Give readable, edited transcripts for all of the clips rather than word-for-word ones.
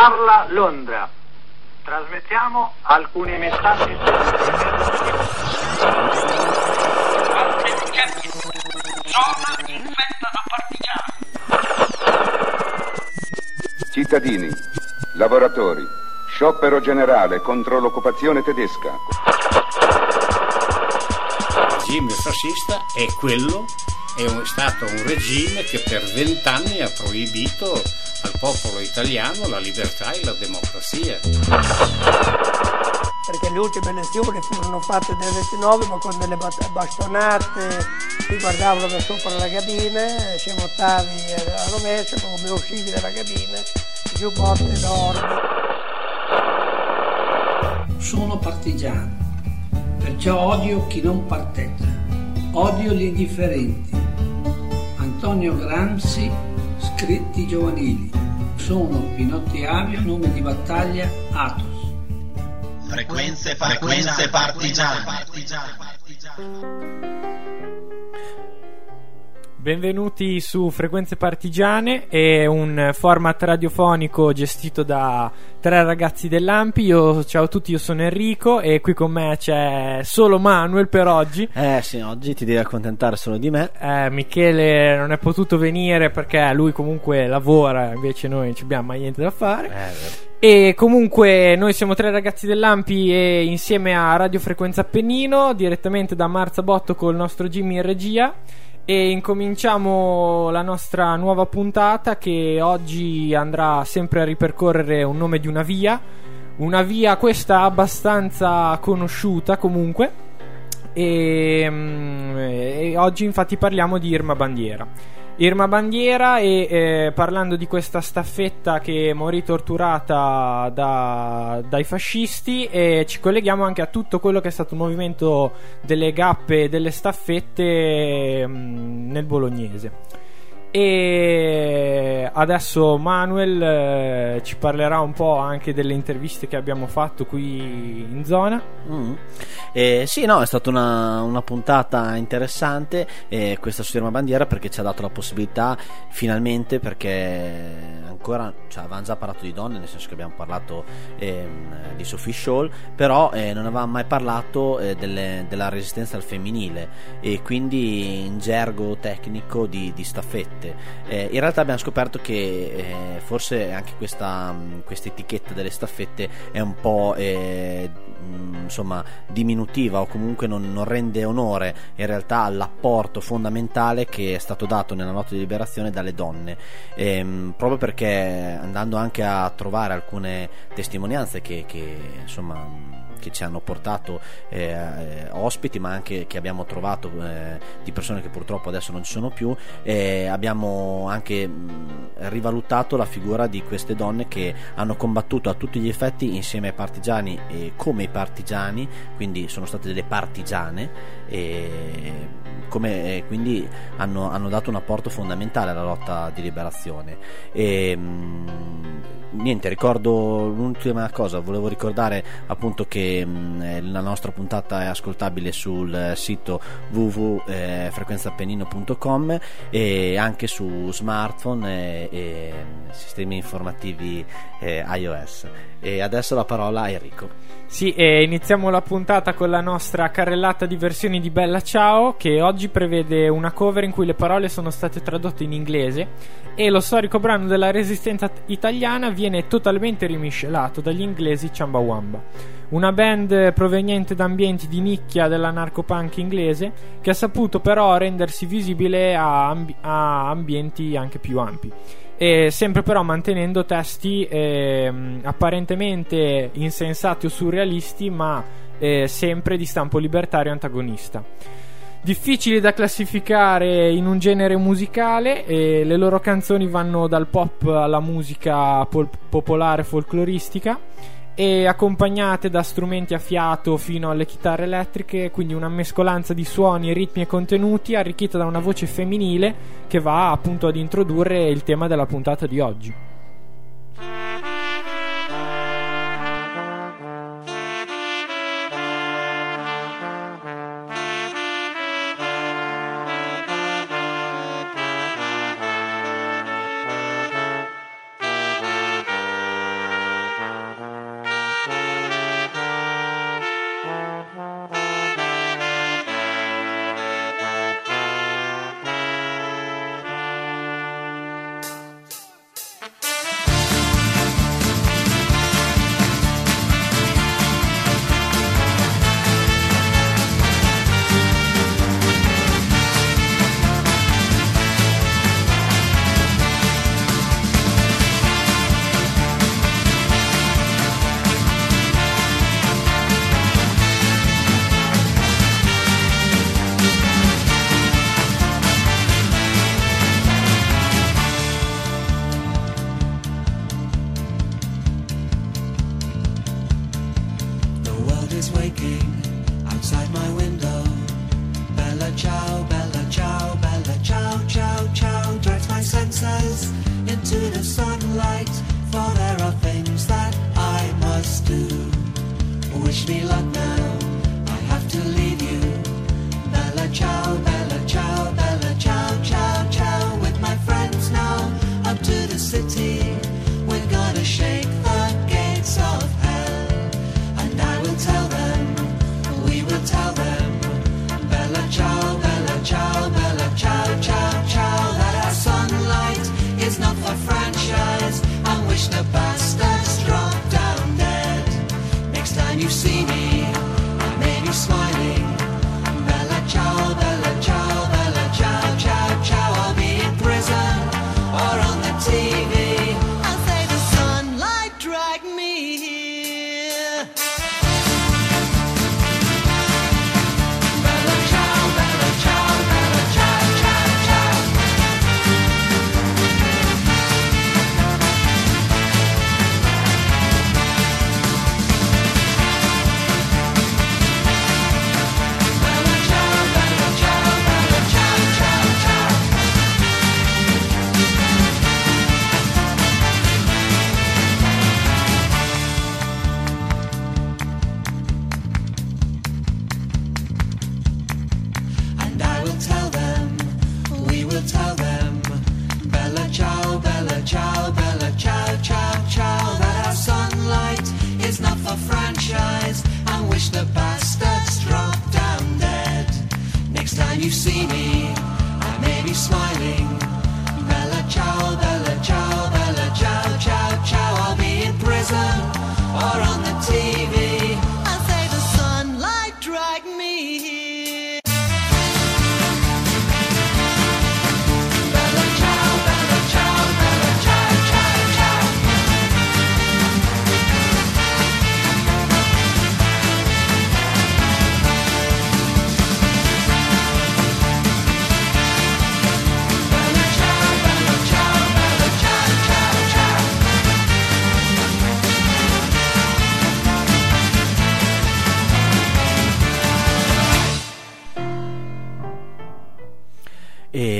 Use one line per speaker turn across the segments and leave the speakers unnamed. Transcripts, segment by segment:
parla Londra. Trasmettiamo alcuni messaggi.
Zona infetta da partigiani.
Cittadini, lavoratori, sciopero generale contro l'occupazione tedesca.
Il regime fascista è stato un regime che per 20 anni ha proibito al popolo italiano la libertà e la democrazia.
Perché le ultime elezioni furono fatte nel 29, ma con delle bastonate, qui guardavano da sopra la cabina, ci votavi a rovescio, come uscivi dalla cabina, giubbotte d'oro.
Sono partigiano, perciò odio chi non parteggia, odio gli indifferenti. Antonio Gramsci, scritti giovanili. Sono Pinotti Avio, nome di battaglia Athos.
Frequenze partigiane.
Benvenuti su Frequenze Partigiane, è un format radiofonico gestito da tre ragazzi dell'Ampi. Ciao a tutti, io sono Enrico e qui con me c'è solo Manuel per oggi.
Sì, oggi ti devi accontentare solo di me.
Michele non è potuto venire perché lui comunque lavora, invece noi non abbiamo mai niente da fare. E comunque noi siamo tre ragazzi dell'Ampi e insieme a Radio Frequenza Appennino, direttamente da Marzabotto col nostro Jimmy in regia. E incominciamo la nostra nuova puntata, che oggi andrà sempre a ripercorrere un nome di una via questa abbastanza conosciuta comunque, e oggi infatti parliamo di Irma Bandiera e parlando di questa staffetta che morì torturata dai fascisti, e ci colleghiamo anche a tutto quello che è stato il movimento delle gappe e delle staffette nel bolognese. E adesso Manuel ci parlerà un po' anche delle interviste che abbiamo fatto qui in zona.
Sì, no, è stata una puntata interessante, questa su Irma Bandiera, perché ci ha dato la possibilità finalmente, perché ancora avevamo già parlato di donne, nel senso che abbiamo parlato di Sophie Scholl, però non avevamo mai parlato della resistenza al femminile, e quindi in gergo tecnico di staffette. In realtà abbiamo scoperto che forse anche questa etichetta delle staffette è un po' diminutiva, o comunque non rende onore in realtà all'apporto fondamentale che è stato dato nella lotta di liberazione dalle donne, proprio perché andando anche a trovare alcune testimonianze che ci hanno portato ospiti, ma anche che abbiamo trovato di persone che purtroppo adesso non ci sono più, abbiamo anche rivalutato la figura di queste donne che hanno combattuto a tutti gli effetti insieme ai partigiani e come i partigiani, quindi sono state delle partigiane, quindi hanno dato un apporto fondamentale alla lotta di liberazione. Niente, ricordo l'ultima cosa, volevo ricordare appunto che la nostra puntata è ascoltabile sul sito www.frequenzaapennino.com e anche su smartphone e sistemi informativi iOS. E adesso la parola a Enrico.
Sì, iniziamo la puntata con la nostra carrellata di versioni di Bella Ciao, che oggi prevede una cover in cui le parole sono state tradotte in inglese e lo storico brano della resistenza italiana viene totalmente rimiscelato dagli inglesi Chumbawamba, una band proveniente da ambienti di nicchia della narcopunk inglese, che ha saputo però rendersi visibile a ambienti anche più ampi, e sempre però mantenendo testi apparentemente insensati o surrealisti, ma sempre di stampo libertario antagonista. Difficili da classificare in un genere musicale, le loro canzoni vanno dal pop alla musica popolare folcloristica, e accompagnate da strumenti a fiato fino alle chitarre elettriche, quindi una mescolanza di suoni, ritmi e contenuti arricchita da una voce femminile che va appunto ad introdurre il tema della puntata di oggi.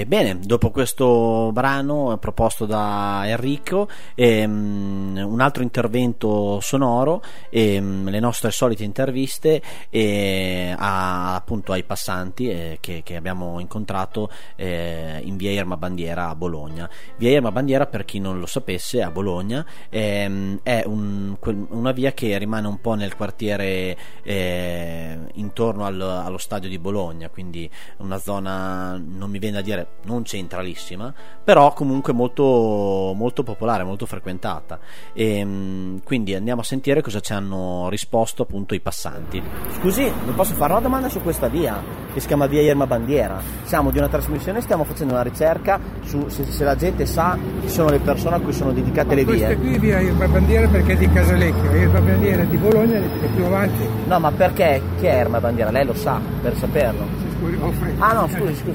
Bene, dopo questo brano proposto da Enrico, un altro intervento sonoro, le nostre solite interviste appunto ai passanti che abbiamo incontrato in via Irma Bandiera a Bologna. Via Irma Bandiera, per chi non lo sapesse, a Bologna è una via che rimane un po' nel quartiere intorno allo stadio di Bologna, quindi una zona, non mi viene da dire non centralissima, però comunque molto, molto popolare, molto frequentata, quindi andiamo a sentire cosa ci hanno risposto appunto i passanti. Scusi, mi posso fare una domanda su questa via che si chiama via Irma Bandiera? Siamo di una trasmissione, stiamo facendo una ricerca su se la gente sa chi sono le persone a cui sono dedicate le vie.
Questa qui via Irma Bandiera perché è di Casalecchio, Irma Bandiera di Bologna è più avanti.
No, ma perché? Chi è Irma Bandiera? Lei lo sa, per saperlo.
Scusi,
no, scusi.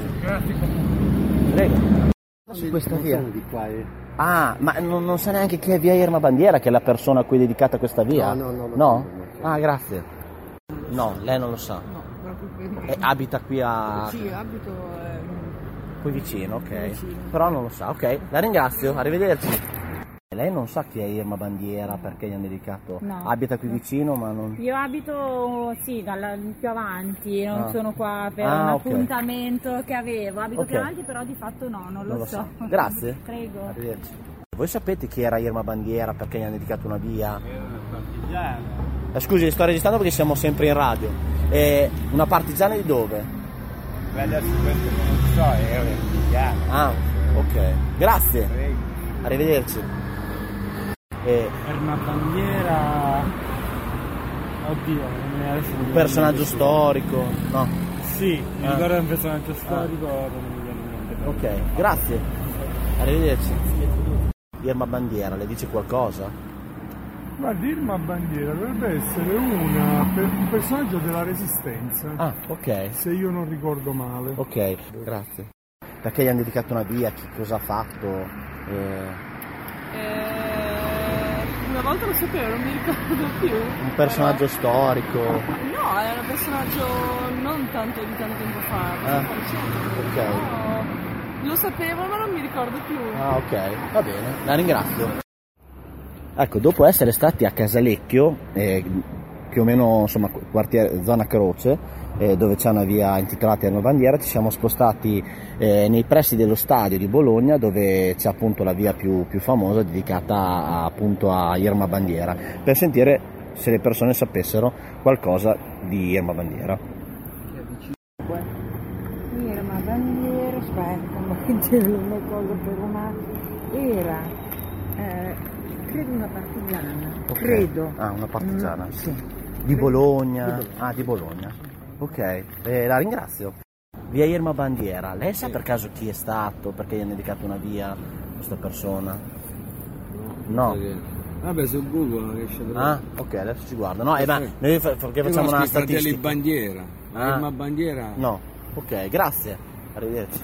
Prego. Su questa via. Ah, ma non sa neanche chi è via Irma Bandiera, che è la persona a cui è dedicata questa via? No? Ah, grazie. No, lei non lo sa.
No,
abita qui a...
Sì, abito
qui vicino, ok. Vicino. Però non lo sa, ok. La ringrazio, arrivederci. Lei non sa chi è Irma Bandiera, perché gli hanno dedicato?
No.
Abita qui vicino, ma non...
Io abito, sì, più avanti, non sono qua per un appuntamento che avevo. Abito più avanti, però di fatto non lo so.
Grazie.
Prego.
Arrivederci. Voi sapete chi era Irma Bandiera, perché gli hanno dedicato una via?
Era una partigiana.
Scusi, sto registrando perché siamo sempre in radio. Una partigiana di dove?
Beh, adesso questo non so, era una partigiana.
Ah, ok. Grazie.
Prego.
Arrivederci.
Irma Bandiera, oddio,
un personaggio storico, no?
Sì, mi ricordo un personaggio storico, non mi viene in mente.
Ok, grazie. Arrivederci. Irma Bandiera, le dice qualcosa?
Guardi, Irma Bandiera dovrebbe essere un personaggio della Resistenza.
Ah, ok.
Se io non ricordo male.
Ok, grazie. Perché gli hanno dedicato una via, chi cosa ha fatto?
Una volta lo sapevo, non mi ricordo più.
Un personaggio storico?
No, era un personaggio non tanto di tanto tempo fa.
Ok.
No, lo sapevo ma non mi ricordo più.
Ah, ok, va bene, la ringrazio. Ecco, dopo essere stati a Casalecchio, più o meno insomma quartiere, zona Croce, dove c'è una via intitolata Irma Bandiera, ci siamo spostati nei pressi dello stadio di Bologna, dove c'è appunto la via più famosa dedicata appunto a Irma Bandiera, per sentire se le persone sapessero qualcosa di Irma Bandiera.
Irma Bandiera, aspetta, ma che dire una cosa per una... era credo una partigiana,
Okay.
credo.
Ah, una partigiana.
Sì.
Di Bologna. Ah, di Bologna. Ok, la ringrazio. Via Irma Bandiera, lei sa per caso chi è stato, perché gli hanno dedicato una via a questa persona? No.
Vabbè, su Google riesce a trovare.
Ah, ok, adesso ci guardo. No, ma noi perché facciamo una statistica.
Fratelli Bandiera. Irma Bandiera?
No. Ok, grazie. Arrivederci.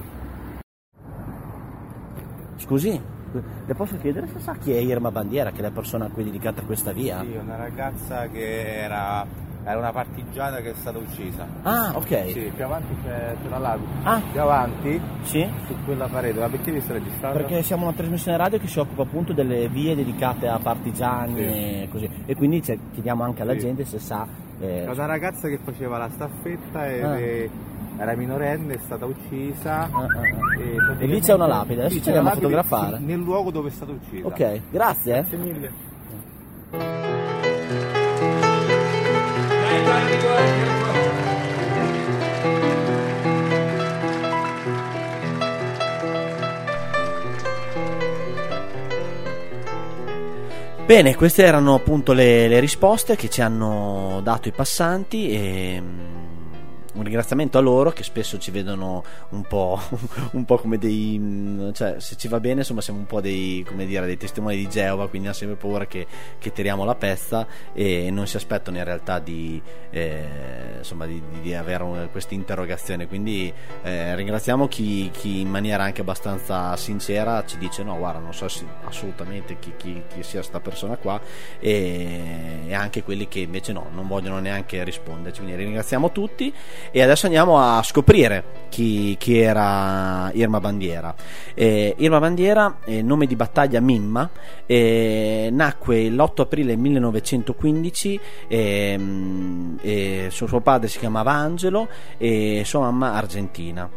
Scusi? Le posso chiedere se sa chi è Irma Bandiera, che è la persona a cui è dedicata questa via?
Sì, una ragazza che era una partigiana che è stata uccisa.
Ah, ok.
Sì, più avanti c'è una lago.
Ah.
Più avanti?
Sì.
Su quella parete. Ma perché vi stai registrando?
Perché siamo una trasmissione radio che si occupa appunto delle vie dedicate a partigiani e così. E quindi chiediamo anche alla gente se sa...
C'è una ragazza che faceva la staffetta ed era minorenne, è stata uccisa.
E lì c'è una lapide, adesso ci andiamo a fotografare.
Nel luogo dove è stata uccisa.
Ok, grazie.
Grazie mille.
Bene, queste erano appunto le risposte che ci hanno dato i passanti e un ringraziamento a loro che spesso ci vedono un po' come dei, cioè se ci va bene insomma siamo un po' dei, come dire, dei testimoni di Geova, quindi hanno sempre paura che tiriamo la pezza e non si aspettano in realtà di avere questa interrogazione, quindi ringraziamo chi in maniera anche abbastanza sincera ci dice no guarda non so assolutamente chi sia sta persona qua e anche quelli che invece no, non vogliono neanche risponderci, quindi ringraziamo tutti e adesso andiamo a scoprire chi era Irma Bandiera. Irma Bandiera, nome di battaglia Mimma, nacque l'8 aprile 1915, suo padre si chiamava Angelo e sua mamma Argentina.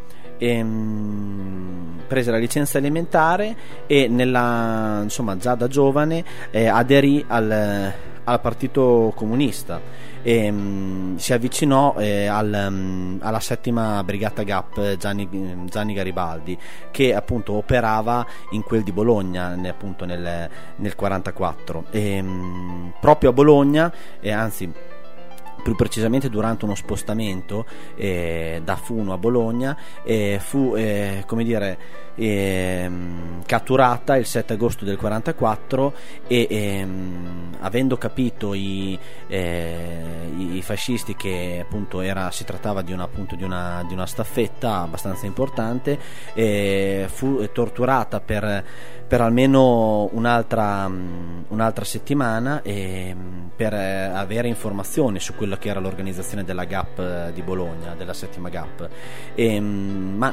Prese la licenza elementare e già da giovane aderì al Partito Comunista. Si avvicinò alla settima brigata GAP Gianni Garibaldi, che appunto operava in quel di Bologna nel 1944, proprio a Bologna, anzi più precisamente durante uno spostamento da Funo a Bologna, fu catturata il 7 agosto del 44 e avendo capito i fascisti che appunto si trattava di una staffetta abbastanza importante, fu torturata per almeno un'altra settimana per avere informazioni su quello che era l'organizzazione della GAP di Bologna, della settima GAP, ma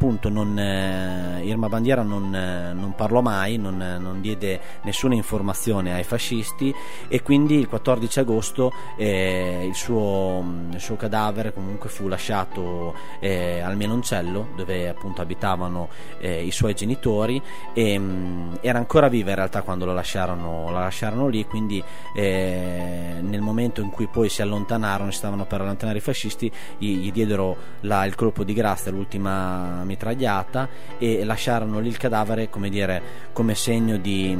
Irma Bandiera non parlò mai, non diede nessuna informazione ai fascisti, e quindi il 14 agosto il suo cadavere comunque fu lasciato al Menoncello, dove appunto abitavano i suoi genitori, e era ancora viva in realtà quando la lasciarono lì, quindi nel momento in cui poi si stavano per allontanare i fascisti, gli diedero il colpo di grazia, l'ultima mitragliata, e lasciarono lì il cadavere come segno di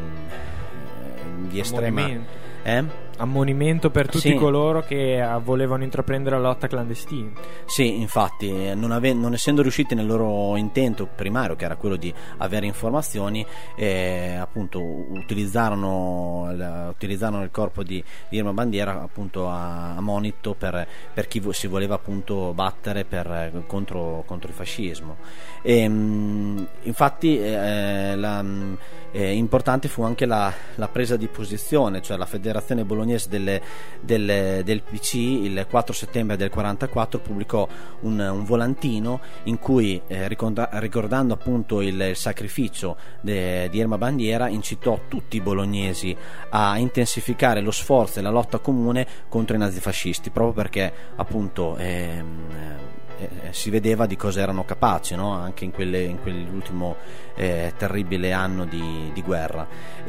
estrema
ammonimento per tutti coloro che volevano intraprendere la lotta clandestina.
Sì, infatti, non essendo riusciti nel loro intento primario, che era quello di avere informazioni, appunto utilizzarono il corpo di Irma Bandiera appunto a monito per chi si voleva appunto battere contro il fascismo. Infatti importante fu anche la presa di posizione, cioè la Federazione Bolognese del PC il 4 settembre del 44 pubblicò un volantino in cui ricordando appunto il sacrificio di Irma Bandiera, incitò tutti i bolognesi a intensificare lo sforzo e la lotta comune contro i nazifascisti, proprio perché appunto si vedeva di cosa erano capaci, no? Anche in quell'ultimo terribile anno di guerra.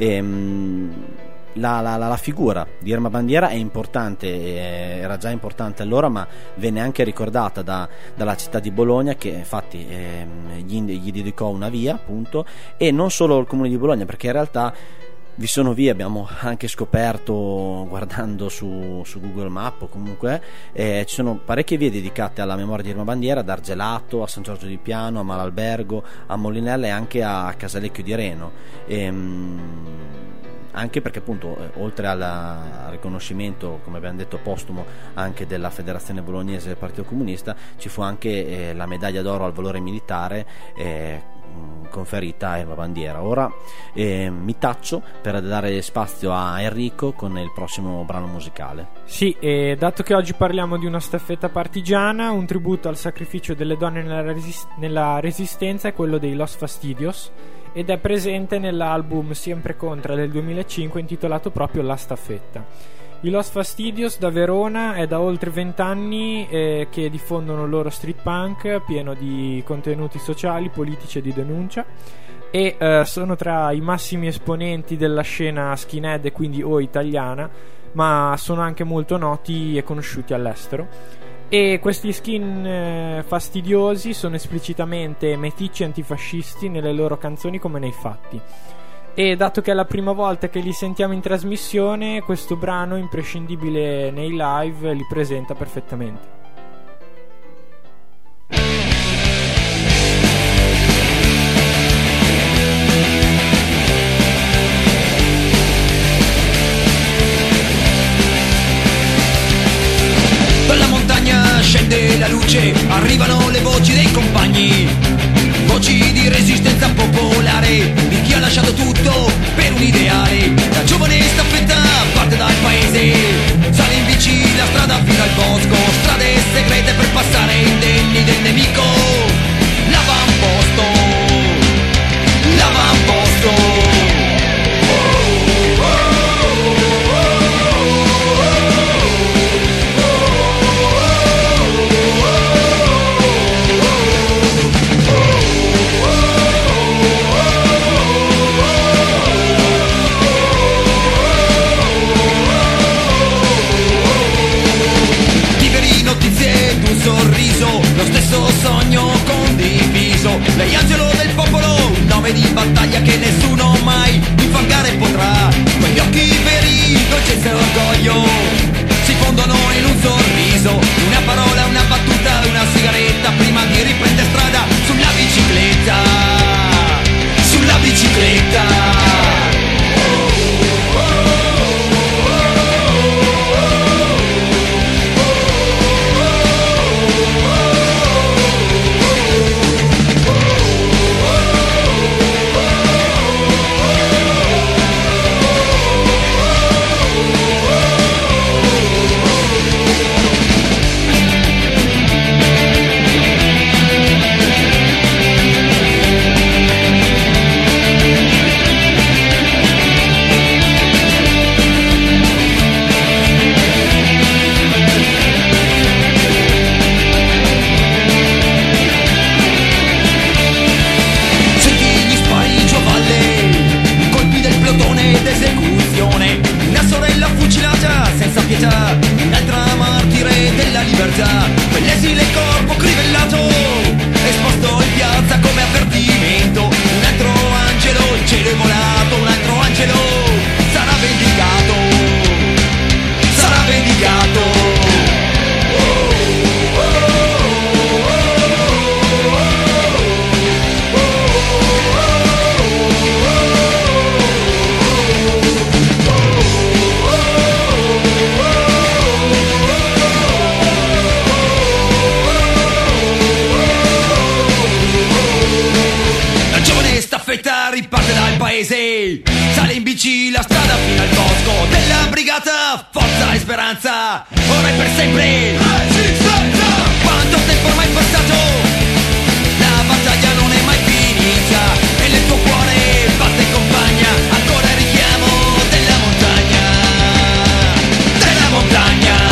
La figura di Irma Bandiera è importante, era già importante allora, ma venne anche ricordata dalla città di Bologna, che infatti gli dedicò una via appunto, e non solo il comune di Bologna, perché in realtà vi sono vie, abbiamo anche scoperto guardando su Google Maps, o comunque ci sono parecchie vie dedicate alla memoria di Irma Bandiera, ad Argelato, a San Giorgio di Piano, a Malalbergo, a Molinella e anche a Casalecchio di Reno. Anche perché appunto oltre al riconoscimento, come abbiamo detto, postumo anche della Federazione Bolognese del Partito Comunista, ci fu anche la medaglia d'oro al valore militare conferita a Irma Bandiera. Ora mi taccio per dare spazio a Enrico con il prossimo brano musicale.
Sì, dato che oggi parliamo di una staffetta partigiana, un tributo al sacrificio delle donne nella resistenza è quello dei Los Fastidios, ed è presente nell'album Siempre Contra del 2005 intitolato proprio La Staffetta. I Los Fastidios da Verona è da oltre 20 anni che diffondono il loro street punk pieno di contenuti sociali, politici e di denuncia, e sono tra i massimi esponenti della scena skinhead e quindi italiana, ma sono anche molto noti e conosciuti all'estero. E questi skin fastidiosi sono esplicitamente meticci antifascisti nelle loro canzoni come nei fatti. E dato che è la prima volta che li sentiamo in trasmissione, questo brano imprescindibile nei live li presenta perfettamente.
Scende la luce, arrivano le voci dei compagni, voci di resistenza popolare, di chi ha lasciato tutto per un ideale. La giovane staffetta parte dal paese, sale in bici la strada fino al bosco, strade e orgoglio si fondono in un sorriso, una parola, una battuta, una sigaretta prima di riprendere strada sulla bicicletta, sulla bicicletta. Un'altra martire della libertà, quell'esile corpo crivellato, esposto in piazza come avvertimento. Un altro angelo, il cielo è volato, un altro angelo sarà vendicato, sarà vendicato. Riparte dal paese, sale in bici la strada fino al bosco della brigata, forza e speranza, ora è per sempre. Quanto tempo ormai passato, la battaglia non è mai finita e nel tuo cuore batte in compagna ancora il richiamo della montagna, della montagna.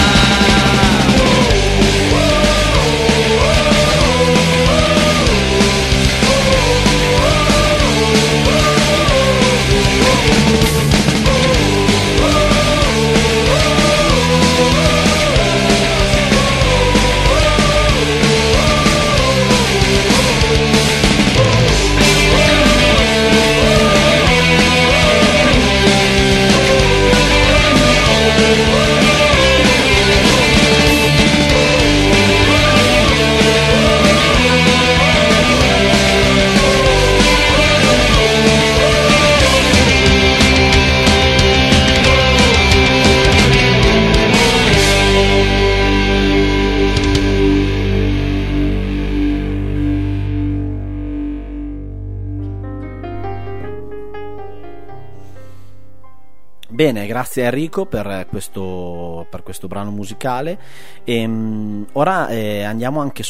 Bene, grazie a Enrico per questo brano musicale. Ora andiamo anche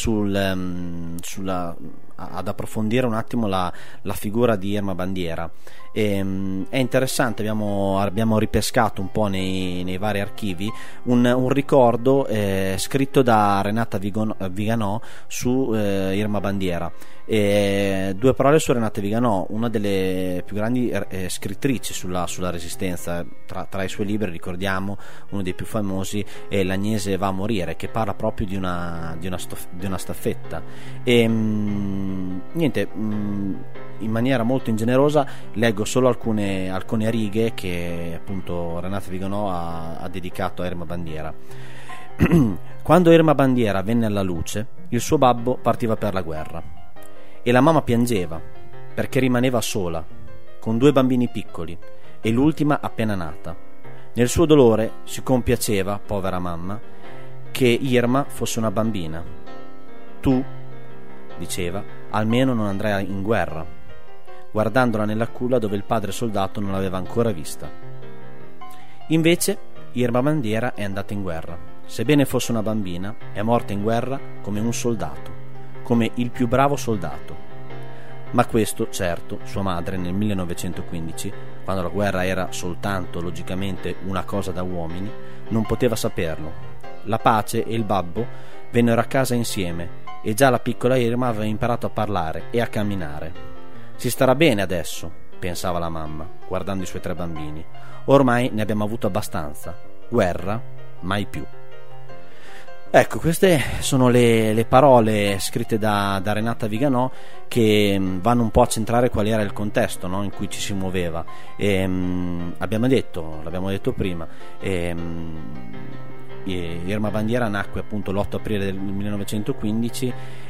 ad approfondire un attimo la figura di Irma Bandiera. È interessante, abbiamo ripescato un po' nei vari archivi un ricordo scritto da Renata Viganò su Irma Bandiera. Due parole su Renata Viganò, una delle più grandi scrittrici sulla Resistenza. Tra i suoi libri ricordiamo uno dei più famosi è L'Agnese va a morire, che parla proprio di una staffetta. Niente, in maniera molto ingenerosa leggo solo alcune righe che appunto Renata Viganò ha dedicato a Irma Bandiera. Quando Irma Bandiera venne alla luce, il suo babbo partiva per la guerra e la mamma piangeva perché rimaneva sola con 2 bambini piccoli e l'ultima appena nata. Nel suo dolore si compiaceva, povera mamma, che Irma fosse una bambina. Tu, diceva, almeno non andrai in guerra, guardandola nella culla dove il padre soldato non l'aveva ancora vista. Invece Irma Bandiera è andata in guerra. Sebbene fosse una bambina, è morta in guerra come un soldato, come il più bravo soldato. Ma questo, certo, sua madre nel 1915, quando la guerra era soltanto logicamente una cosa da uomini, non poteva saperlo. La pace e il babbo vennero a casa insieme e già la piccola Irma aveva imparato a parlare e a camminare. Si starà bene adesso, pensava la mamma, guardando i suoi 3 bambini. Ormai ne abbiamo avuto abbastanza. Guerra, mai più. Ecco, queste sono le parole scritte da Renata Viganò, che vanno un po' a centrare qual era il contesto, no, in cui ci si muoveva. L'abbiamo detto prima, Irma Bandiera nacque appunto l'8 aprile del 1915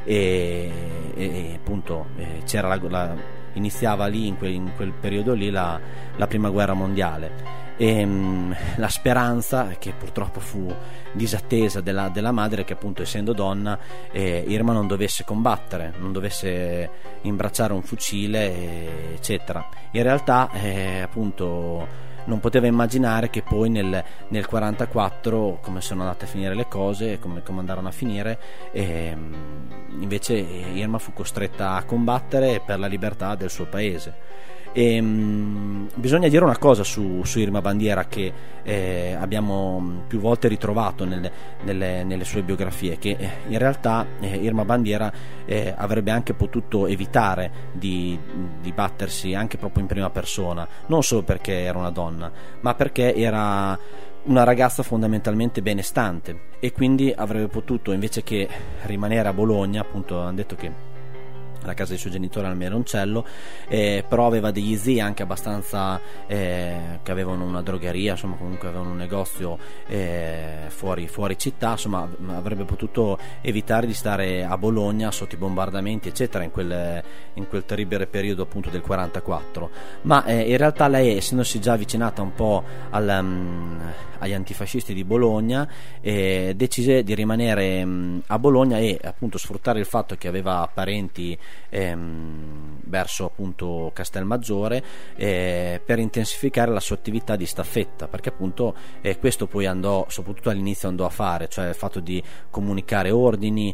e appunto c'era iniziava lì in quel periodo lì la prima guerra mondiale. La speranza, che purtroppo fu disattesa della madre, che appunto essendo donna Irma non dovesse combattere, non dovesse imbracciare un fucile, eccetera. In realtà appunto non poteva immaginare che poi nel 44, come sono andate a finire le cose, come andarono a finire, invece Irma fu costretta a combattere per la libertà del suo paese. Bisogna dire una cosa su Irma Bandiera, che abbiamo più volte ritrovato nelle sue biografie, che in realtà Irma Bandiera avrebbe anche potuto evitare di battersi anche proprio in prima persona, non solo perché era una donna, ma perché era una ragazza fondamentalmente benestante, e quindi avrebbe potuto, invece che rimanere a Bologna, appunto hanno detto che la casa dei suoi genitori al Meroncello, però aveva degli zii anche abbastanza che avevano una drogheria, insomma comunque avevano un negozio fuori città, insomma avrebbe potuto evitare di stare a Bologna sotto i bombardamenti eccetera in quel terribile periodo appunto del 44, ma in realtà lei, essendosi già avvicinata un po' agli antifascisti di Bologna, decise di rimanere a Bologna e appunto sfruttare il fatto che aveva parenti verso appunto Castelmaggiore per intensificare la sua attività di staffetta, perché appunto questo poi soprattutto all'inizio andò a fare, cioè il fatto di comunicare ordini,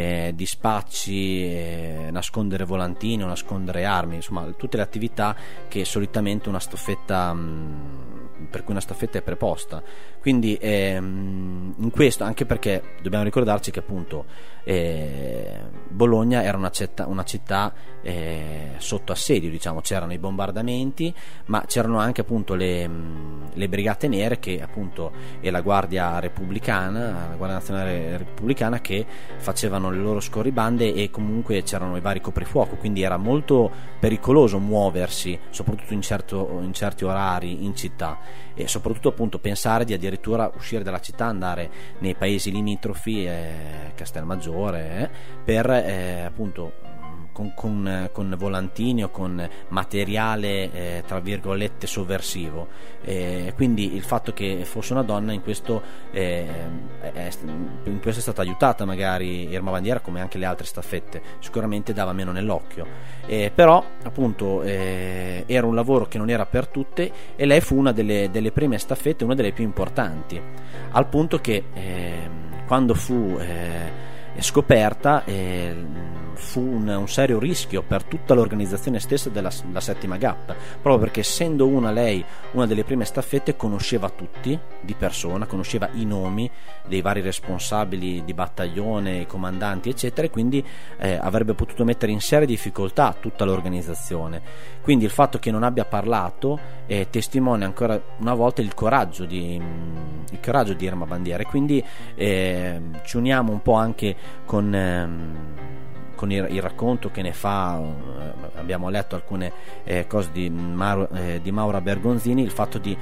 dispacci, nascondere volantini o nascondere armi, insomma tutte le attività che solitamente per cui una staffetta è preposta. Quindi in questo, anche perché dobbiamo ricordarci che appunto Bologna era una città sotto assedio, diciamo, c'erano i bombardamenti, ma c'erano anche appunto le brigate nere che appunto e la Guardia Nazionale Repubblicana, che facevano le loro scorribande, e comunque c'erano i vari coprifuoco, quindi era molto pericoloso muoversi, soprattutto in certi orari in città, e soprattutto appunto pensare di addirittura uscire dalla città, andare nei paesi limitrofi, Castelmaggiore, per appunto con volantini o con materiale tra virgolette sovversivo, quindi il fatto che fosse una donna in questo è stata aiutata magari Irma Bandiera, come anche le altre staffette, sicuramente dava meno nell'occhio, però appunto era un lavoro che non era per tutte, e lei fu una delle prime staffette, una delle più importanti, al punto che quando fu scoperta fu un serio rischio per tutta l'organizzazione stessa della settima GAP, proprio perché essendo lei una delle prime staffette, conosceva tutti di persona, conosceva i nomi dei vari responsabili di battaglione, i comandanti eccetera, e quindi avrebbe potuto mettere in seria difficoltà tutta l'organizzazione. Quindi il fatto che non abbia parlato testimonia ancora una volta il coraggio di Irma Bandiera, e quindi ci uniamo un po' anche con il racconto che ne fa, abbiamo letto alcune cose di Maura Bergonzini, il fatto di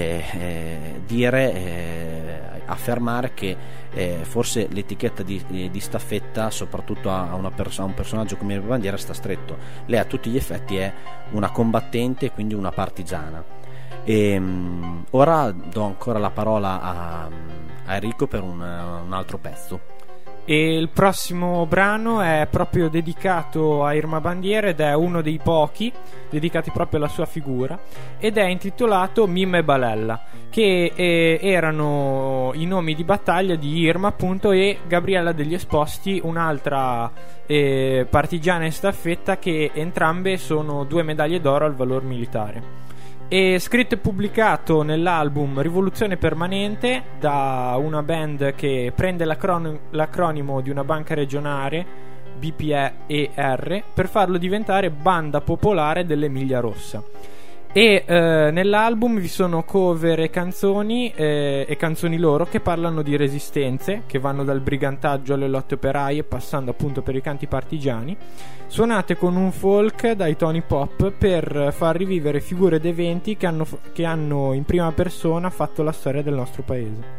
affermare che forse l'etichetta di staffetta, soprattutto a un personaggio come Irma Bandiera, sta stretto. Lei a tutti gli effetti è una combattente, quindi una partigiana. Ora do ancora la parola a Enrico per un altro pezzo.
E il prossimo brano è proprio dedicato a Irma Bandiera, ed è uno dei pochi dedicati proprio alla sua figura, ed è intitolato Mimma e Balella, che erano i nomi di battaglia di Irma appunto e Gabriella degli Esposti, un'altra partigiana in staffetta, che entrambe sono 2 medaglie d'oro al valor militare. È scritto e pubblicato nell'album Rivoluzione Permanente, da una band che prende l'acronimo di una banca regionale, BPER, per farlo diventare Banda Popolare dell'Emilia Rossa. E nell'album vi sono cover e canzoni loro che parlano di resistenze, che vanno dal brigantaggio alle lotte operaie, passando appunto per i canti partigiani, suonate con un folk dai toni pop per far rivivere figure ed eventi che hanno in prima persona fatto la storia del nostro paese.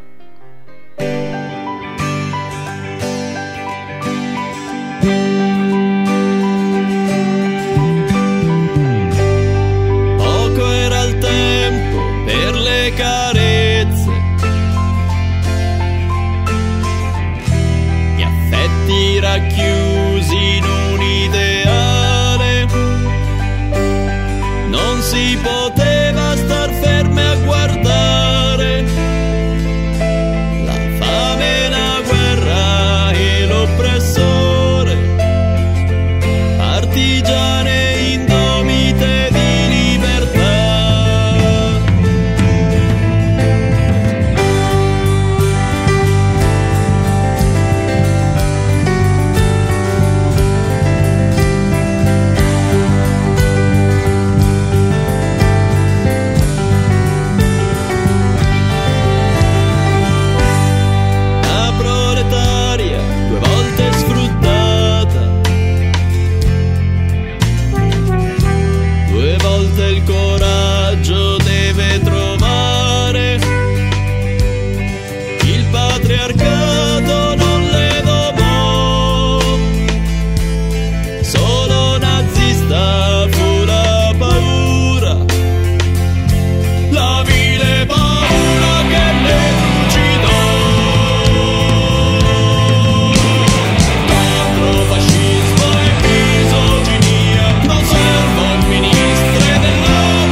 Poco era il tempo per le carezze, gli affetti racchiusi in un ideale, non si poteva star fermi a guardare la fame, la guerra e l'oppressore, partigiane indomite di libertà. La proletaria, 2 volte sfruttata, 2 volte il coraggio deve trovare, il patriarcato non le domò, solo nazista fu la paura, la vile paura che le trucidò. Contro fascismo e misoginia non servono ministri dell'Aula.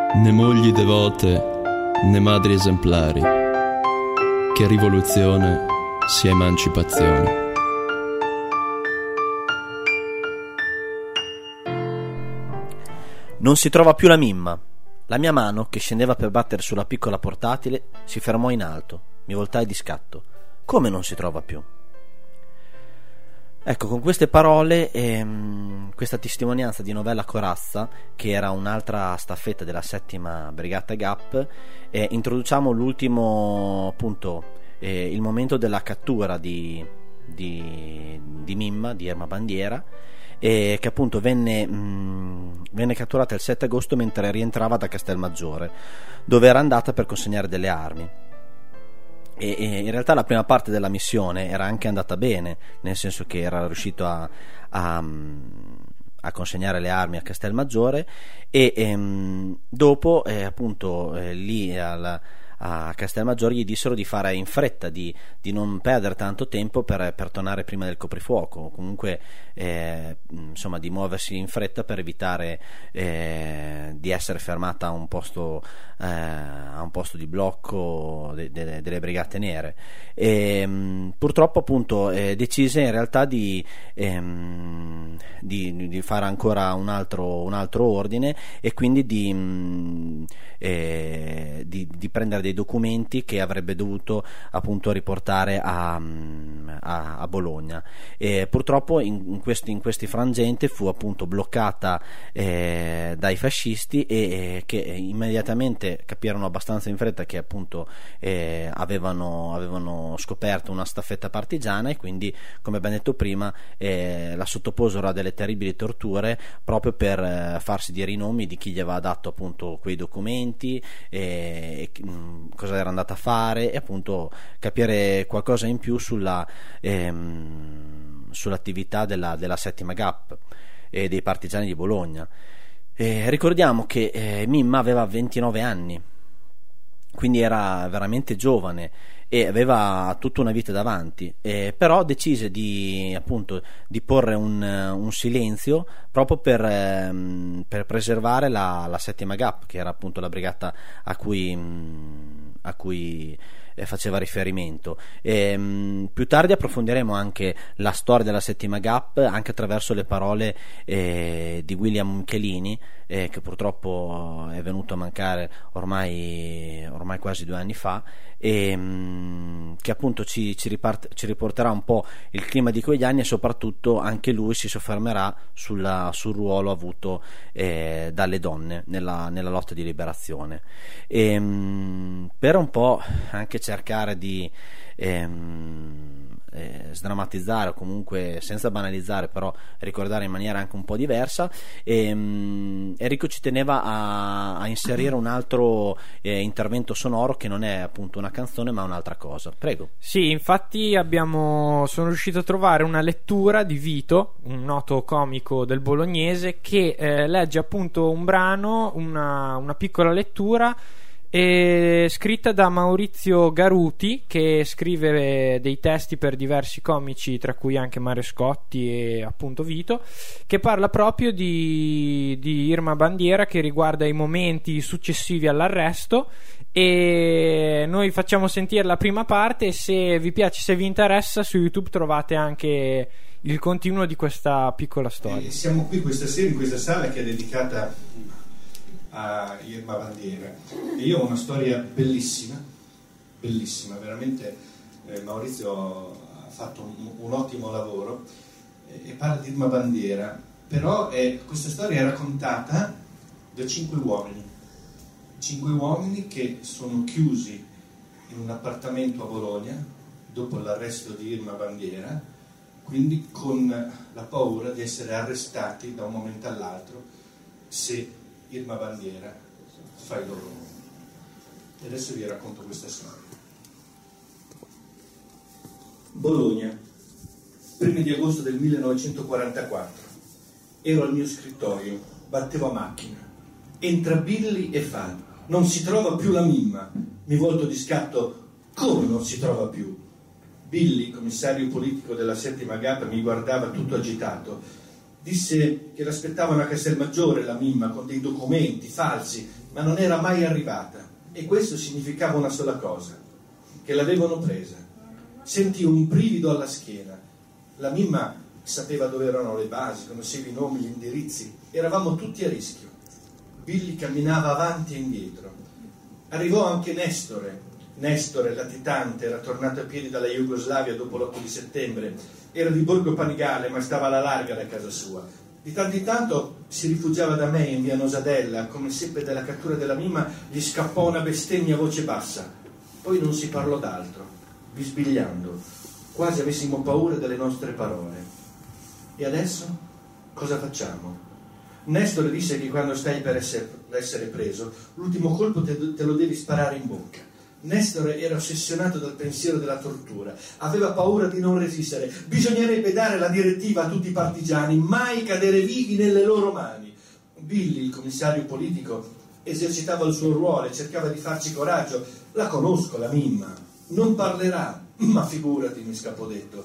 né mogli devote, né madri esemplari. Che rivoluzione sia emancipazione.
Non si trova più la Mimma. La mia mano, che scendeva per battere sulla piccola portatile, si fermò in alto. Mi voltai di scatto. Come non si trova più? Ecco, con queste parole, questa testimonianza di Novella Corazza, che era un'altra staffetta della 7ª Brigata Gap, introduciamo l'ultimo punto, il momento della cattura di Mimma, di Irma Bandiera, che appunto venne catturata il 7 agosto mentre rientrava da Castelmaggiore, dove era andata per consegnare delle armi. E in realtà la prima parte della missione era anche andata bene, nel senso che era riuscito a consegnare le armi a Castelmaggiore, e dopo appunto lì a Castelmaggiore gli dissero di fare in fretta, di non perdere tanto tempo per tornare prima del coprifuoco, comunque insomma di muoversi in fretta per evitare di essere fermata a un posto di blocco delle Brigate Nere. Purtroppo appunto decise in realtà di fare ancora un altro ordine, e quindi di prendere dei documenti che avrebbe dovuto appunto riportare a Bologna. E purtroppo in questi frangenti fu appunto bloccata dai fascisti, e che immediatamente capirono abbastanza in fretta che appunto avevano scoperto una staffetta partigiana, e quindi, come abbiamo detto prima, la sottoposero a delle terribili torture proprio per farsi dire i nomi di chi gli aveva dato appunto quei documenti, cosa era andata a fare, e appunto capire qualcosa in più sull'attività della 7ª Gap e dei partigiani di Bologna. Ricordiamo che Mimma aveva 29 anni, quindi era veramente giovane e aveva tutta una vita davanti, però decise di porre un silenzio proprio per preservare la 7ª Gap, che era appunto la brigata a cui faceva riferimento. Più tardi approfondiremo anche la storia della 7ª Gap, anche attraverso le parole di William Michelini, che purtroppo è venuto a mancare ormai quasi 2 anni fa, e che appunto ci riporterà un po' il clima di quegli anni, e soprattutto anche lui si soffermerà sul ruolo avuto dalle donne nella lotta di liberazione. Per un po' anche cercare di sdrammatizzare, o comunque senza banalizzare, però ricordare in maniera anche un po' diversa, Enrico ci teneva a inserire un altro intervento sonoro che non è appunto una canzone ma un'altra cosa. Prego.
Sì, infatti sono riuscito a trovare una lettura di Vito, un noto comico del bolognese, che legge appunto un brano, una piccola lettura scritta da Maurizio Garuti, che scrive dei testi per diversi comici, tra cui anche Mario Scotti e appunto Vito, che parla proprio di Irma Bandiera, che riguarda i momenti successivi all'arresto. E noi facciamo sentire la prima parte, e se vi piace, se vi interessa, su YouTube trovate anche il continuo di questa piccola storia.
Siamo qui questa sera in questa sala che è dedicata a Irma Bandiera, e io ho una storia bellissima, veramente. Maurizio ha fatto un ottimo lavoro, e parla di Irma Bandiera, però questa storia è raccontata da 5 uomini che sono chiusi in un appartamento a Bologna dopo l'arresto di Irma Bandiera, quindi con la paura di essere arrestati da un momento all'altro se Irma Bandiera fa i loro nomi. E adesso vi racconto questa storia. Bologna, 1 di agosto del 1944. Ero al mio scrittorio, battevo a macchina. Entra Billy e fa: non si trova più la Mimma. Mi volto di scatto: come non si trova più? Billy, commissario politico della 7ª Gap, mi guardava tutto agitato. Disse che l'aspettavano a Castelmaggiore la Mimma con dei documenti falsi, ma non era mai arrivata, e questo significava una sola cosa, che l'avevano presa. Sentì un brivido alla schiena. La Mimma sapeva dove erano le basi, conosceva i nomi, gli indirizzi, eravamo tutti a rischio. Billy camminava avanti e indietro. Arrivò anche Nestore, latitante, era tornato a piedi dalla Jugoslavia dopo l'8 di settembre, era di Borgo Panigale ma stava alla larga da casa sua. Di tanto in tanto si rifugiava da me in via Nosadella, come seppe della cattura della Mimma gli scappò una bestemmia a voce bassa, poi non si parlò d'altro, bisbigliando, quasi avessimo paura delle nostre parole. E adesso cosa facciamo? Nestore disse che quando stai per essere preso, l'ultimo colpo te lo devi sparare in bocca. Nestore era ossessionato dal pensiero della tortura, aveva paura di non resistere. Bisognerebbe dare la direttiva a tutti i partigiani, mai cadere vivi nelle loro mani. Billy, il commissario politico, esercitava il suo ruolo e cercava di farci coraggio. La conosco, la Mimma, non parlerà, ma figurati, mi scappò detto.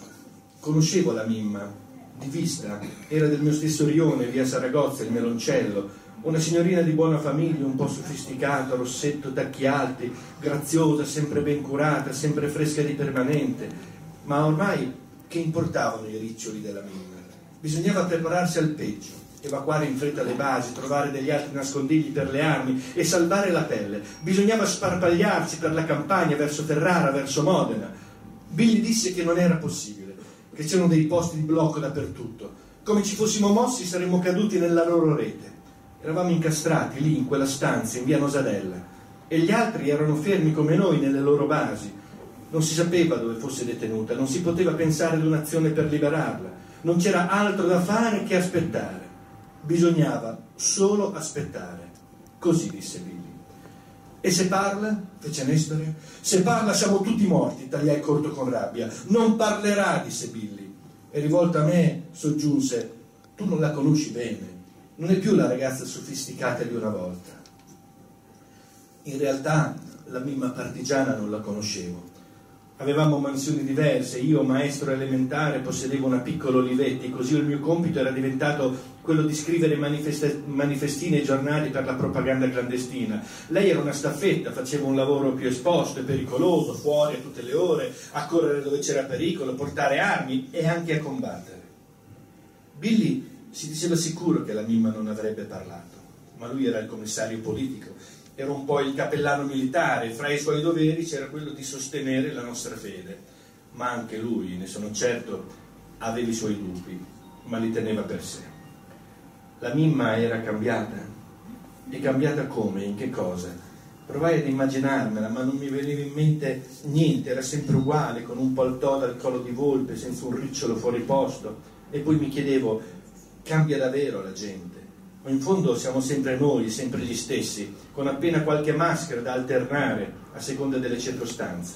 Conoscevo la Mimma, di vista, era del mio stesso rione, via Saragozza, il Meloncello. Una signorina di buona famiglia, un po' sofisticata, rossetto, tacchi alti, graziosa, sempre ben curata, sempre fresca di permanente. Ma ormai che importavano i riccioli della Mimma? Bisognava prepararsi al peggio, evacuare in fretta le basi, trovare degli altri nascondigli per le armi e salvare la pelle. Bisognava sparpagliarsi per la campagna verso Ferrara, verso Modena. Billy disse che non era possibile, che c'erano dei posti di blocco dappertutto. Come ci fossimo mossi saremmo caduti nella loro rete. Eravamo incastrati lì in quella stanza in via Nosadella e gli altri erano fermi come noi nelle loro basi. Non si sapeva dove fosse detenuta, non si poteva pensare ad un'azione per liberarla, non c'era altro da fare che aspettare. Bisognava solo aspettare. Così disse Billy. E se parla? Fece Nestore. Se parla siamo tutti morti, tagliai corto con rabbia. Non parlerà, disse Billy. E rivolto a me soggiunse: tu non la conosci bene. Non è più la ragazza sofisticata di una volta. In realtà la Mimma partigiana non la conoscevo. Avevamo mansioni diverse, io maestro elementare possedevo una piccola Olivetti, così il mio compito era diventato quello di scrivere manifestine ai giornali per la propaganda clandestina. Lei era una staffetta, faceva un lavoro più esposto e pericoloso, fuori a tutte le ore, a correre dove c'era pericolo, portare armi e anche a combattere. Billy si diceva sicuro che la Mimma non avrebbe parlato, ma lui era il commissario politico, era un po' il cappellano militare, fra i suoi doveri c'era quello di sostenere la nostra fede, ma anche lui, ne sono certo, aveva i suoi dubbi, ma li teneva per sé. La Mimma era cambiata, e cambiata come, in che cosa? Provai ad immaginarmela, ma non mi veniva in mente niente, era sempre uguale, con un paltò dal collo di volpe, senza un ricciolo fuori posto, e poi mi chiedevo: cambia davvero la gente? O in fondo siamo sempre noi, sempre gli stessi, con appena qualche maschera da alternare a seconda delle circostanze.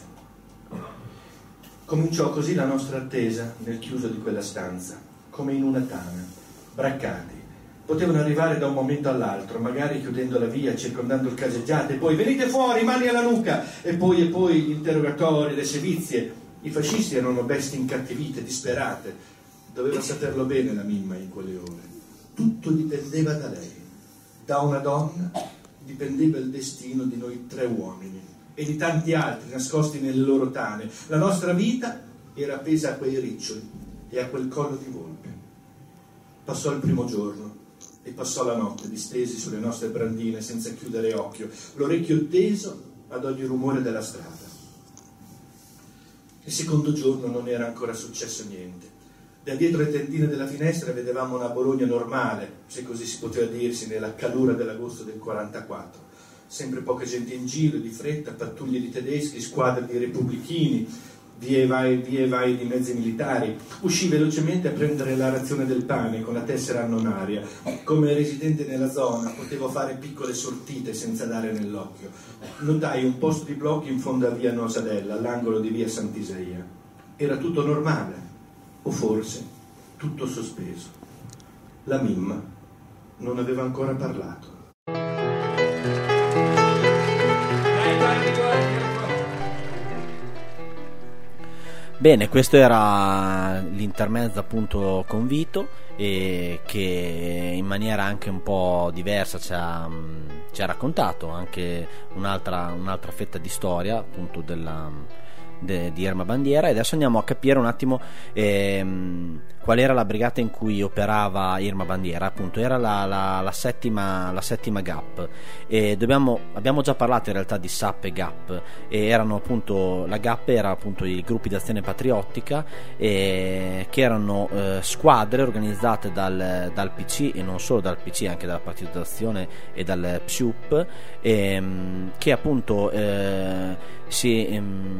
Cominciò così la nostra attesa nel chiuso di quella stanza, come in una tana, braccati. Potevano arrivare da un momento all'altro, magari chiudendo la via, circondando il caseggiato, e poi venite fuori, mani alla nuca, e poi gli interrogatori, le sevizie. I fascisti erano bestie incattivite, disperate. Doveva saperlo bene la Mimma in quelle ore. Tutto dipendeva da lei. Da una donna dipendeva il destino di noi 3 uomini e di tanti altri nascosti nelle loro tane. La nostra vita era appesa a quei riccioli e a quel collo di volpe. Passò il primo giorno e passò la notte distesi sulle nostre brandine senza chiudere occhio, l'orecchio teso ad ogni rumore della strada. Il secondo giorno non era ancora successo niente. Da dietro le tendine della finestra vedevamo una Bologna normale, se così si poteva dirsi, nella calura dell'agosto del 44. Sempre poca gente in giro, di fretta, pattuglie di tedeschi, squadre di repubblichini, vie e vai di mezzi militari. Uscì velocemente a prendere la razione del pane con la tessera annonaria. Come residente nella zona potevo fare piccole sortite senza dare nell'occhio. Notai un posto di blocchi in fondo a via Nosadella, all'angolo di via Sant'Isaia. Era tutto normale. O forse tutto sospeso. La Mimma non aveva ancora parlato.
Bene, questo era l'intermezzo appunto con Vito, e che in maniera anche un po' diversa ci ha raccontato anche un'altra fetta di storia appunto di Irma Bandiera. E adesso andiamo a capire un attimo qual era la brigata in cui operava Irma Bandiera. Appunto era la settima GAP, e abbiamo già parlato in realtà di SAP e GAP, e erano appunto, la GAP era appunto i gruppi d'azione patriottica, che erano squadre organizzate dal PC, e non solo dal PC, anche dal Partito d'Azione e dal PSUP, che appunto si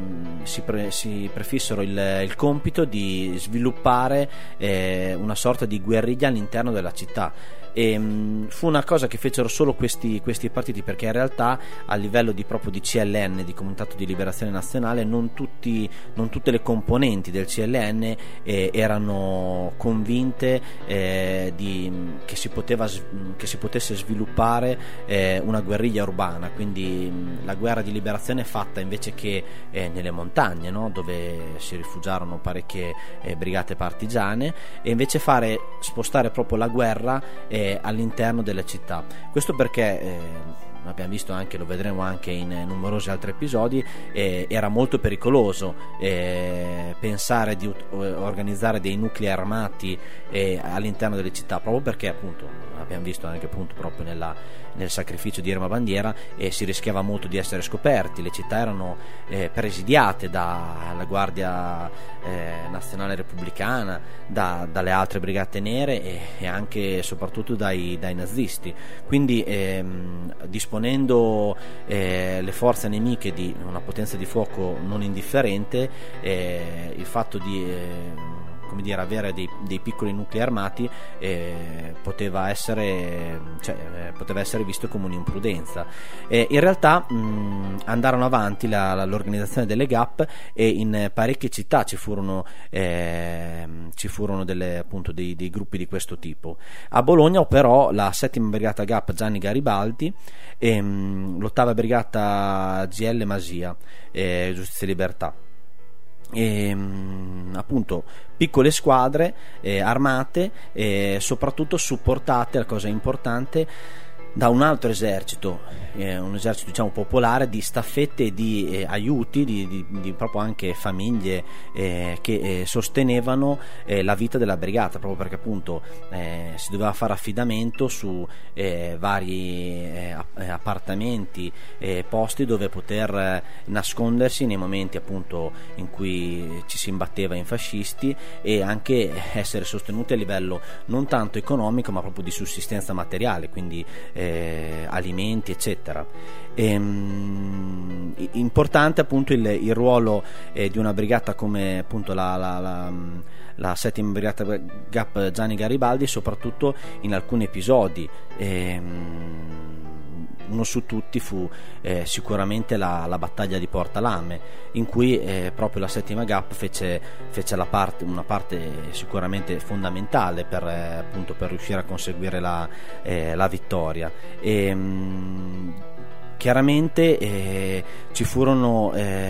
prefissero il compito di sviluppare una sorta di guerriglia all'interno della città. E fu una cosa che fecero solo questi partiti, perché in realtà a livello proprio di CLN, di Comitato di Liberazione Nazionale, non tutte le componenti del CLN erano convinte che si potesse sviluppare una guerriglia urbana, quindi la guerra di liberazione fatta invece che nelle montagne, no? Dove si rifugiarono parecchie brigate partigiane, e invece spostare proprio la guerra all'interno delle città. Questo perché abbiamo visto anche, lo vedremo anche in numerosi altri episodi, era molto pericoloso pensare di organizzare dei nuclei armati all'interno delle città, proprio perché appunto abbiamo visto anche appunto proprio nel sacrificio di Irma Bandiera, si rischiava molto di essere scoperti. Le città erano presidiate dalla Guardia Nazionale Repubblicana, dalle altre brigate nere, e anche e soprattutto dai nazisti. Quindi disponendo le forze nemiche di una potenza di fuoco non indifferente, il fatto di avere dei piccoli nuclei armati poteva essere visto come un'imprudenza. In realtà andarono avanti l'organizzazione delle GAP, e in parecchie città ci furono dei gruppi di questo tipo. A Bologna operò la 7ª Brigata GAP Gianni Garibaldi, e l'8ª Brigata GL Masia, Giustizia e Libertà. Appunto piccole squadre armate, soprattutto supportate, la cosa importante, da un altro esercito, un esercito diciamo popolare, di staffette e di aiuti di proprio anche famiglie che sostenevano la vita della brigata, proprio perché appunto si doveva fare affidamento su vari appartamenti, posti dove poter nascondersi nei momenti appunto in cui ci si imbatteva in fascisti, e anche essere sostenuti a livello non tanto economico ma proprio di sussistenza materiale, quindi alimenti eccetera. Importante appunto il ruolo di una brigata come appunto la 7ª Brigata GAP Gianni Garibaldi, soprattutto in alcuni episodi. Uno su tutti fu sicuramente la battaglia di Porta Lame, in cui proprio la 7ª GAP fece una parte sicuramente fondamentale per riuscire a conseguire la vittoria. Chiaramente ci furono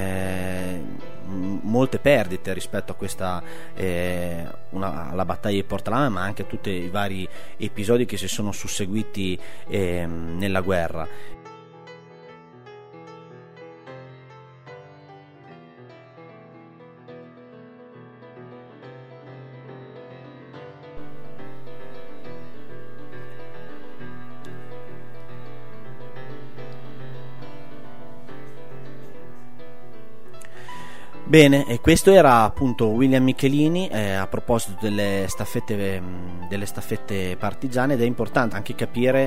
molte perdite rispetto a questa alla battaglia di Porta Lame, ma anche a tutti i vari episodi che si sono susseguiti nella guerra. Bene, e questo era appunto William Michelini a proposito delle staffette partigiane, ed è importante anche capire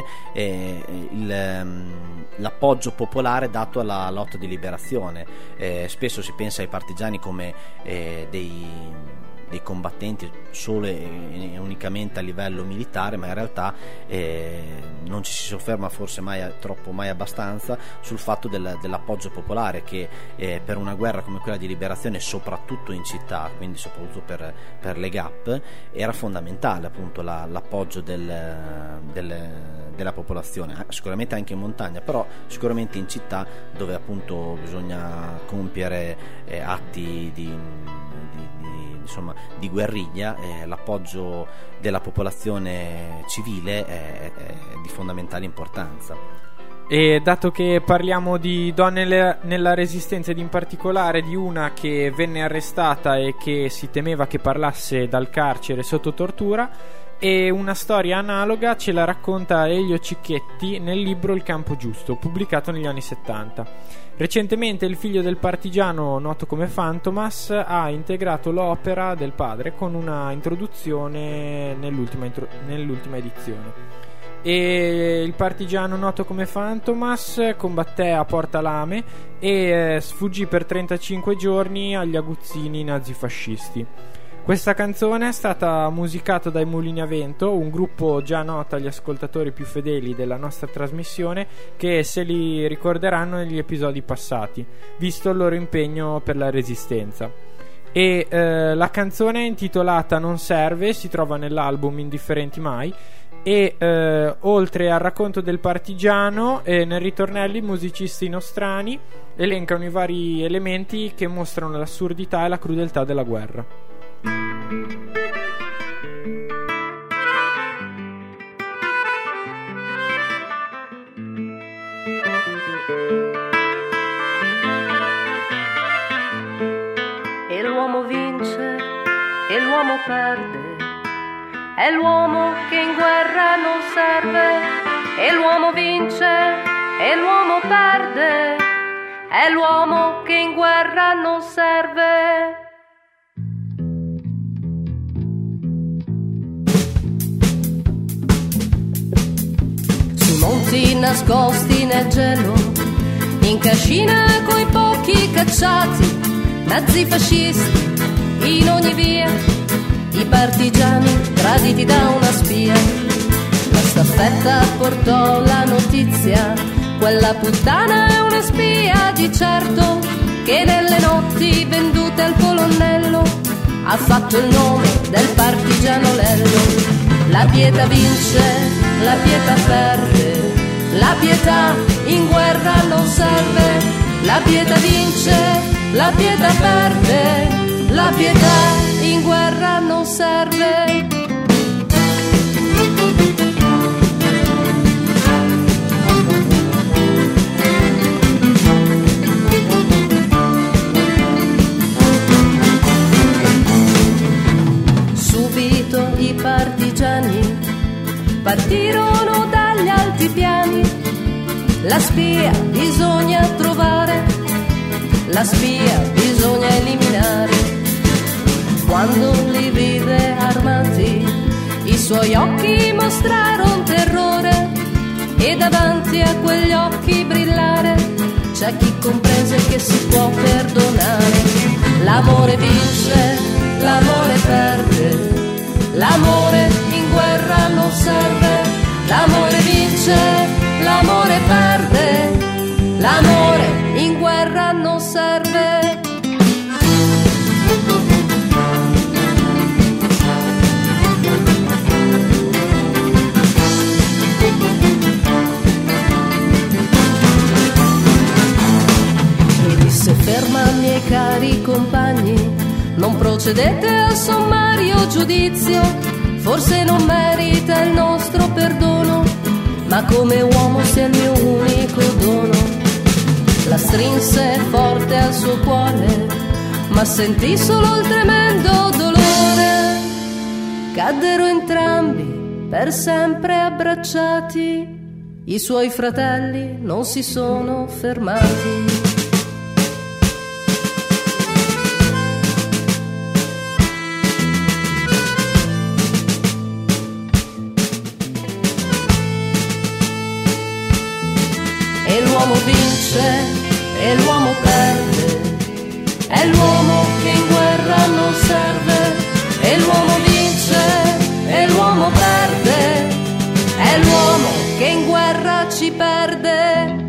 l'appoggio popolare dato alla lotta di liberazione. Spesso si pensa ai partigiani come dei combattenti solo e unicamente a livello militare, ma in realtà non ci si sofferma forse mai abbastanza sul fatto dell'appoggio popolare che per una guerra come quella di liberazione, soprattutto in città, quindi soprattutto per le GAP, era fondamentale appunto l'appoggio della popolazione, sicuramente anche in montagna, però sicuramente in città dove appunto bisogna compiere atti di guerriglia, l'appoggio della popolazione civile è di fondamentale importanza.
E dato che parliamo di donne nella resistenza ed in particolare di una che venne arrestata e che si temeva che parlasse dal carcere sotto tortura, e una storia analoga ce la racconta Elio Cicchetti nel libro Il campo giusto, pubblicato negli anni 70. Recentemente il figlio del partigiano noto come Fantomas ha integrato l'opera del padre con una introduzione nell'ultima edizione. E il partigiano noto come Fantomas combatté a Porta Lame e sfuggì per 35 giorni agli aguzzini nazifascisti. Questa canzone è stata musicata dai Mulini a Vento, un gruppo già noto agli ascoltatori più fedeli della nostra trasmissione, che se li ricorderanno negli episodi passati, visto il loro impegno per la resistenza. E la canzone è intitolata Non serve, si trova nell'album Indifferenti Mai, e oltre al racconto del partigiano, nel ritornello i musicisti nostrani elencano i vari elementi che mostrano l'assurdità e la crudeltà della guerra.
E l'uomo vince e l'uomo perde, è l'uomo che in guerra non serve, e l'uomo vince e l'uomo perde, è l'uomo che in guerra non serve. Su monti nascosti nel gelo, in cascina coi pochi cacciati, nazifascisti in ogni via, i partigiani traditi da una spia. La staffetta portò la notizia, quella puttana è una spia di certo, che nelle notti vendute al colonnello ha fatto il nome del partigiano Lello. La pietà vince, la pietà perde, la pietà in guerra non serve. La pietà vince, la pietà perde, la pietà in guerra non serve. Subito i partigiani partirono dagli alti piani. La spia bisogna trovare, la spia bisogna eliminare. Quando li vide armati, i suoi occhi mostrarono terrore, e davanti a quegli occhi brillare c'è chi comprese che si può perdonare. L'amore vince, l'amore perde, l'amore in guerra non serve. L'amore vince, l'amore perde, l'amore in guerra non serve. E disse: ferma, miei cari compagni, non procedete al sommario giudizio, forse non merita il nostro perdono, ma come uomo sia il mio unico dono. La strinse forte al suo cuore, ma sentì solo il tremendo dolore. Caddero entrambi per sempre abbracciati, i suoi fratelli non si sono fermati. E l'uomo vince e l'uomo perde, è l'uomo che in guerra non serve. serve.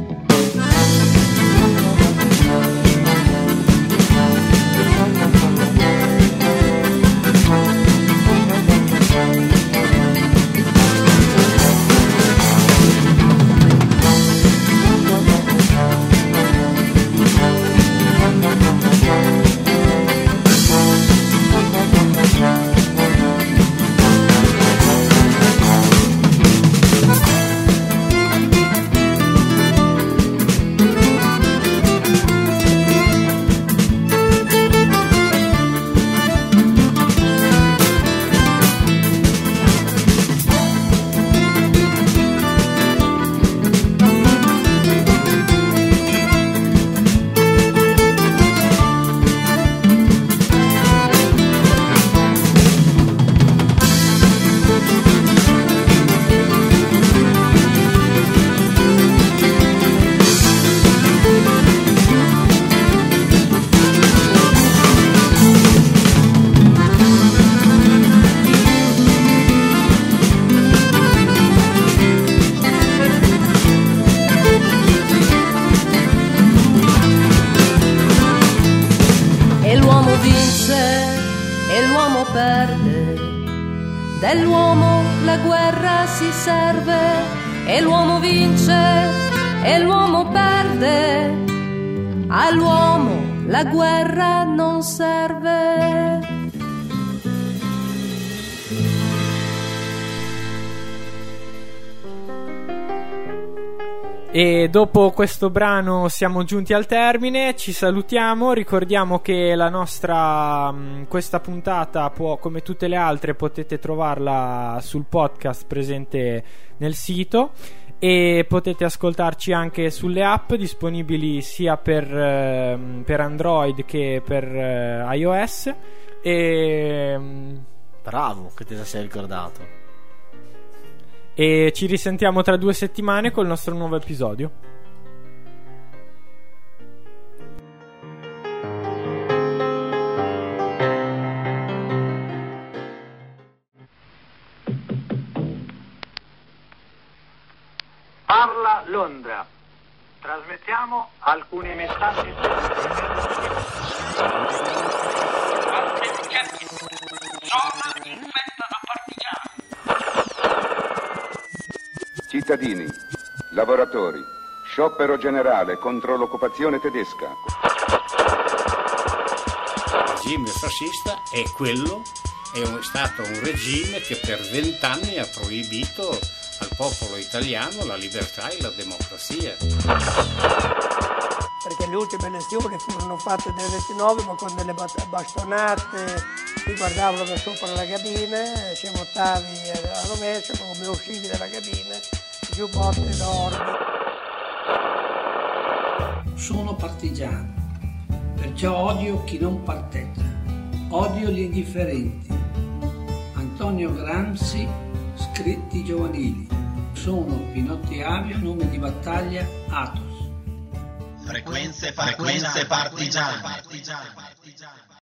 Dell'uomo la guerra si serve e l'uomo vince e l'uomo perde. All'uomo la guerra non serve.
E dopo questo brano siamo giunti al termine, ci salutiamo, ricordiamo che la nostra questa puntata come tutte le altre potete trovarla sul podcast presente nel sito e potete ascoltarci anche sulle app disponibili sia per Android che per iOS. E
bravo che te la sei ricordato.
E ci risentiamo tra 2 settimane col nostro nuovo episodio.
Parla Londra. Trasmettiamo alcuni messaggi.
Zona infetta da partigiani.
Cittadini, lavoratori, sciopero generale contro l'occupazione tedesca.
Il regime fascista è stato un regime che per 20 anni ha proibito al popolo italiano la libertà e la democrazia.
Perché le ultime elezioni furono fatte nel 29, ma con delle bastonate, ti guardavano da sopra la cabina, ci mottavi a rovescio, come uscivi dalla cabina, giù botte d'orbi.
Sono partigiano, perciò odio chi non parteggia, odio gli indifferenti. Antonio Gramsci, scritti giovanili. Sono Pinotti Avio, nome di battaglia Athos.
Frequenze partigiane.